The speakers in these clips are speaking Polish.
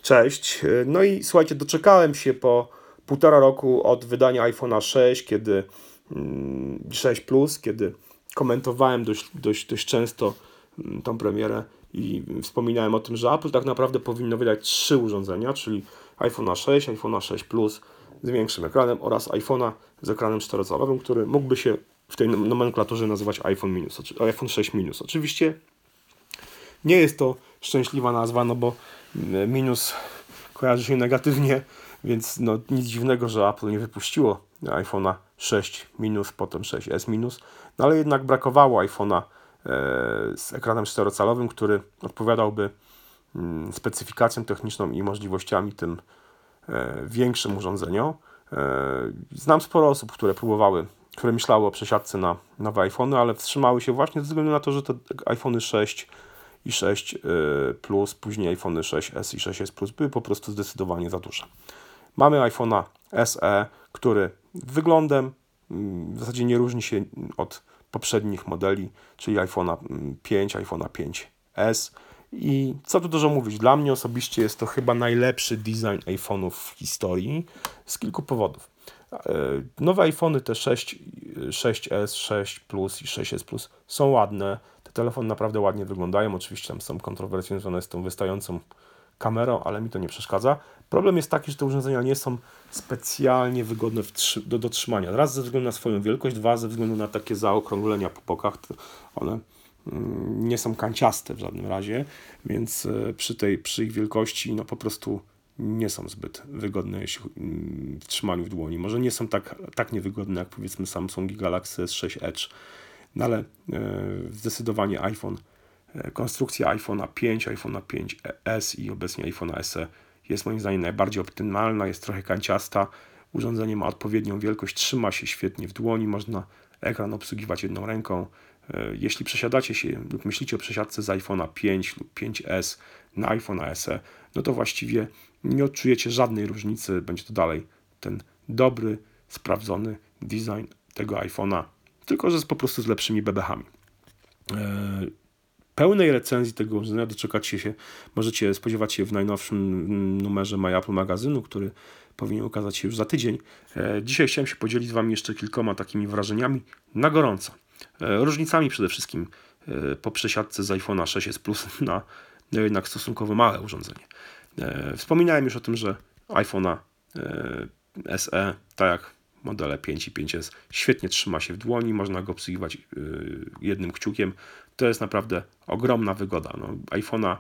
Cześć. No i słuchajcie, doczekałem się po 1,5 roku od wydania iPhone'a 6, 6 Plus, kiedy komentowałem dość często tą premierę i wspominałem o tym, że Apple tak naprawdę powinno wydać 3 urządzenia, czyli iPhone'a 6, iPhone'a 6 Plus z większym ekranem oraz iPhone'a z ekranem czterocalowym, który mógłby się w tej nomenklaturze nazywać iPhone 6 minus. Oczywiście nie jest to szczęśliwa nazwa, no bo minus kojarzy się negatywnie, więc no nic dziwnego, że Apple nie wypuściło iPhone'a 6 minus, potem 6s minus, no ale jednak brakowało iPhone'a z ekranem czterocalowym, który odpowiadałby specyfikacją techniczną i możliwościami tym większym urządzeniom. Znam sporo osób, które myślały o przesiadce na nowe iPhony, ale wstrzymały się właśnie ze względu na to, że te iPhony 6 i 6 Plus, później iPhone 6s i 6s Plus były po prostu zdecydowanie za duże. Mamy iPhone'a SE, który wyglądem w zasadzie nie różni się od poprzednich modeli, czyli iPhone'a 5, iPhone'a 5s. I co tu dużo mówić, dla mnie osobiście jest to chyba najlepszy design iPhone'ów w historii z kilku powodów. Nowe iPhony te 6s, 6 Plus i 6s Plus są ładne. Te telefony naprawdę ładnie wyglądają. Oczywiście tam są kontrowersje związane z tą wystającą kamerą, ale mi to nie przeszkadza. Problem jest taki, że te urządzenia nie są specjalnie wygodne do trzymania. Raz ze względu na swoją wielkość, dwa ze względu na takie zaokrąglenia po bokach. One nie są kanciaste w żadnym razie, więc przy ich wielkości no po prostu nie są zbyt wygodne w trzymaniu w dłoni. Może nie są tak niewygodne jak powiedzmy Samsung Galaxy S6 Edge, no ale zdecydowanie konstrukcja iPhone'a 5, iPhone'a 5s i obecnie iPhone'a SE jest moim zdaniem najbardziej optymalna, jest trochę kanciasta, urządzenie ma odpowiednią wielkość, trzyma się świetnie w dłoni, można ekran obsługiwać jedną ręką. Jeśli przesiadacie się lub myślicie o przesiadce z iPhone'a 5 lub 5s na iPhone'a SE, no to właściwie nie odczujecie żadnej różnicy, będzie to dalej ten dobry, sprawdzony design tego iPhone'a, tylko że po prostu z lepszymi bebechami. Pełnej recenzji tego urządzenia możecie spodziewać się w najnowszym numerze My Apple magazynu, który powinien ukazać się już za tydzień. Dzisiaj chciałem się podzielić z Wami jeszcze kilkoma takimi wrażeniami na gorąco. Różnicami przede wszystkim po przesiadce z iPhone'a 6s Plus na jednak stosunkowo małe urządzenie. Wspominałem już o tym, że iPhone'a SE, tak jak modele 5 i 5s, świetnie trzyma się w dłoni, można go obsługiwać jednym kciukiem. To jest naprawdę ogromna wygoda. iPhone'a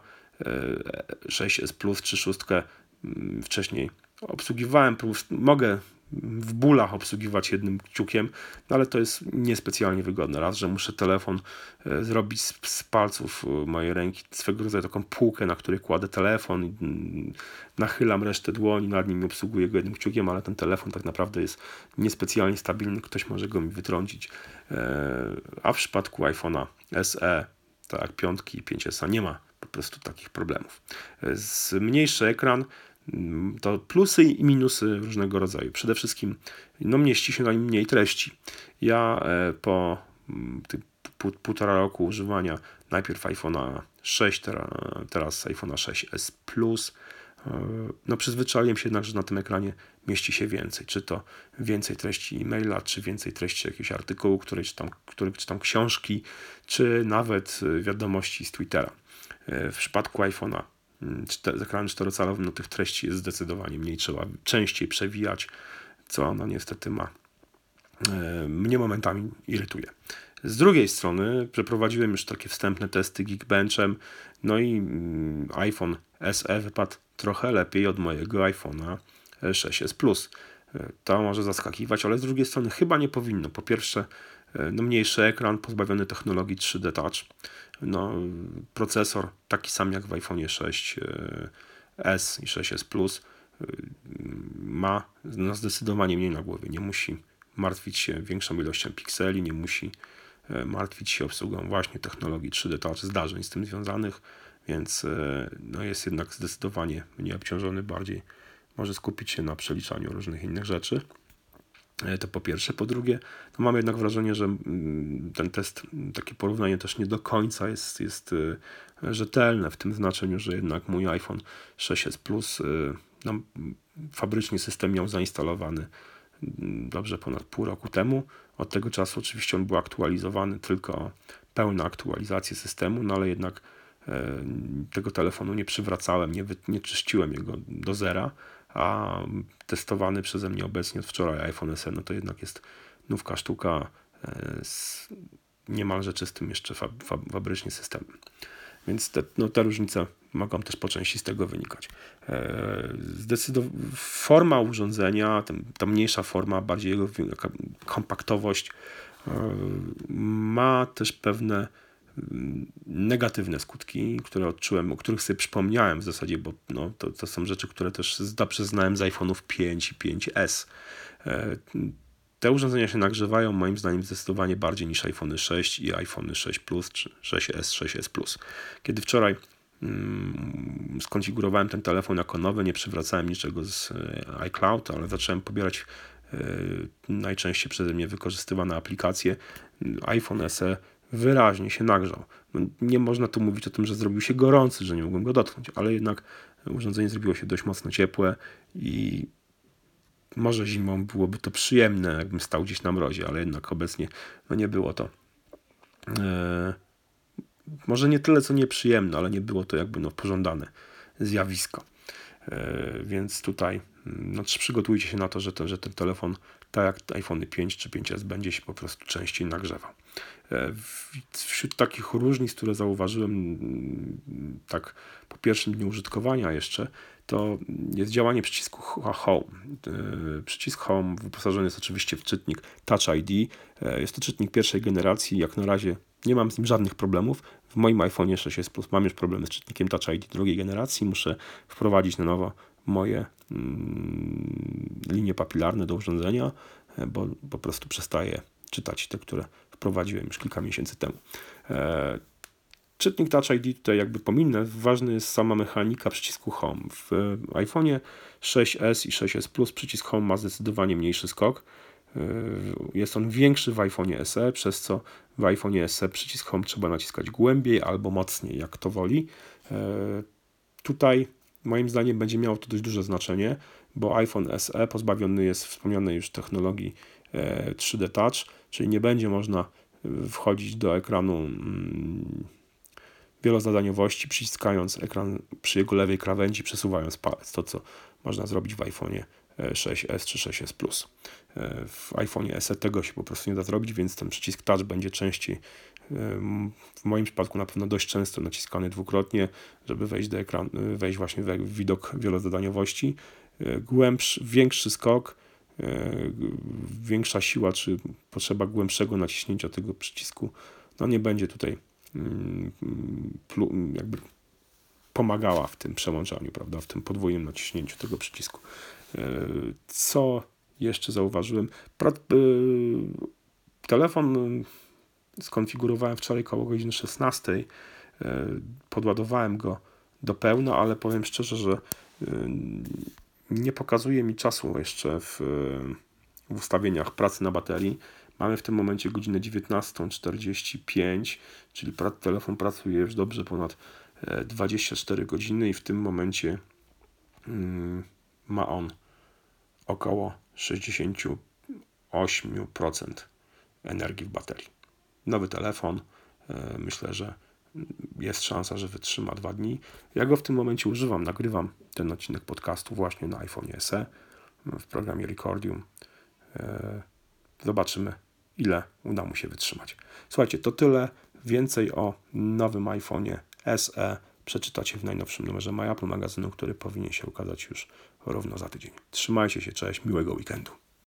6s Plus czy 6 wcześniej obsługiwałem, mogę w bólach obsługiwać jednym kciukiem, no ale to jest niespecjalnie wygodne. Raz, że muszę telefon zrobić z palców mojej ręki, swego rodzaju taką półkę, na której kładę telefon, nachylam resztę dłoni, nad nim obsługuję go jednym kciukiem, ale ten telefon tak naprawdę jest niespecjalnie stabilny, ktoś może go mi wytrącić. A w przypadku iPhone'a SE, tak jak 5 i 5S nie ma po prostu takich problemów. Mniejszy ekran, to plusy i minusy różnego rodzaju. Przede wszystkim mieści się na nim mniej treści. Ja po 1,5 roku używania najpierw iPhone'a 6, teraz iPhone'a 6s Plus, przyzwyczaiłem się jednak, że na tym ekranie mieści się więcej. Czy to więcej treści e-maila, czy więcej treści jakiegoś artykułu, który czytam książki, czy nawet wiadomości z Twittera. W przypadku iPhone'a z ekranem czterocalowym tych treści jest zdecydowanie mniej, trzeba częściej przewijać, co niestety mnie momentami irytuje. Z drugiej strony przeprowadziłem już takie wstępne testy Geekbenchem, i iPhone SE wypadł trochę lepiej od mojego iPhone'a 6s Plus. To może zaskakiwać, ale z drugiej strony chyba nie powinno. Po pierwsze, mniejszy ekran pozbawiony technologii 3D Touch. Procesor taki sam jak w iPhone'ie 6s i 6s Plus ma zdecydowanie mniej na głowie. Nie musi martwić się większą ilością pikseli, nie musi martwić się obsługą właśnie technologii 3D Touch, zdarzeń z tym związanych, więc jest jednak zdecydowanie mniej obciążony, bardziej może skupić się na przeliczaniu różnych innych rzeczy. To po pierwsze. Po drugie, no mam jednak wrażenie, że ten test, takie porównanie też nie do końca jest rzetelne, w tym znaczeniu, że jednak mój iPhone 6s Plus, no, fabrycznie system miał zainstalowany dobrze ponad pół roku temu. Od tego czasu oczywiście on był aktualizowany, tylko pełna aktualizacja systemu, no ale jednak tego telefonu nie przywracałem, nie czyściłem jego do zera, a testowany przeze mnie obecnie od wczoraj iPhone SE, no to jednak jest nówka sztuka z niemalże czystym jeszcze fabrycznie systemem. Więc te różnice mogą też po części z tego wynikać. Forma urządzenia, ta mniejsza forma, bardziej jego kompaktowość ma też pewne negatywne skutki, które odczułem, o których sobie przypomniałem w zasadzie, bo no, to są rzeczy, które też znałem z iPhone'ów 5 i 5S. Te urządzenia się nagrzewają moim zdaniem zdecydowanie bardziej niż iPhone 6 i iPhone 6 Plus czy 6S, 6S Plus. Kiedy wczoraj skonfigurowałem ten telefon jako nowy, nie przywracałem niczego z iCloud, ale zacząłem pobierać najczęściej przeze mnie wykorzystywane aplikacje. iPhone SE wyraźnie się nagrzał. No, nie można tu mówić o tym, że zrobił się gorący, że nie mogłem go dotknąć, ale jednak urządzenie zrobiło się dość mocno ciepłe i może zimą byłoby to przyjemne, jakbym stał gdzieś na mrozie, ale jednak obecnie no nie było to. Może nie tyle co nieprzyjemne, ale nie było to jakby pożądane zjawisko. Więc tutaj przygotujcie się na to, że ten telefon, tak jak iPhone 5 czy 5S, będzie się po prostu częściej nagrzewał. Wśród takich różnic, które zauważyłem tak po pierwszym dniu użytkowania jeszcze, to jest działanie przycisku Home. Przycisk Home wyposażony jest oczywiście w czytnik Touch ID. Jest to czytnik pierwszej generacji. Jak na razie nie mam z nim żadnych problemów. W moim iPhone 6s Plus mam już problemy z czytnikiem Touch ID drugiej generacji. Muszę wprowadzić na nowo moje linie papilarne do urządzenia, bo po prostu przestaję czytać te, które wprowadziłem już kilka miesięcy temu. Czytnik Touch ID tutaj jakby pominę, ważna jest sama mechanika przycisku Home. W iPhone'ie 6s i 6s Plus przycisk Home ma zdecydowanie mniejszy skok. Jest on większy w iPhone'ie SE, przez co w iPhone'ie SE przycisk Home trzeba naciskać głębiej albo mocniej, jak to woli. Tutaj moim zdaniem będzie miało to dość duże znaczenie, bo iPhone SE pozbawiony jest wspomnianej już technologii 3D Touch, czyli nie będzie można wchodzić do ekranu wielozadaniowości, przyciskając ekran przy jego lewej krawędzi, przesuwając palec, to co można zrobić w iPhone'ie 6s czy 6s Plus. W iPhone'ie SE tego się po prostu nie da zrobić, więc ten przycisk Touch będzie częściej, w moim przypadku na pewno dość często naciskany dwukrotnie, żeby wejść właśnie w widok wielozadaniowości. Większy skok, większa siła, czy potrzeba głębszego naciśnięcia tego przycisku, no nie będzie tutaj jakby pomagała w tym przełączaniu, prawda, w tym podwójnym naciśnięciu tego przycisku. Co jeszcze zauważyłem? Telefon skonfigurowałem wczoraj koło godziny 16. Podładowałem go do pełna, ale powiem szczerze, że nie pokazuje mi czasu jeszcze w ustawieniach pracy na baterii. Mamy w tym momencie godzinę 19:45, czyli telefon pracuje już dobrze ponad 24 godziny i w tym momencie ma on około 68% energii w baterii. Nowy telefon, myślę, że jest szansa, że wytrzyma 2 dni. Ja go w tym momencie używam, nagrywam ten odcinek podcastu właśnie na iPhone SE w programie Recordium. Zobaczymy, ile uda mu się wytrzymać. Słuchajcie, to tyle. Więcej o nowym iPhone'ie SE przeczytacie w najnowszym numerze My Apple magazynu, który powinien się ukazać już równo za tydzień. Trzymajcie się, cześć, miłego weekendu.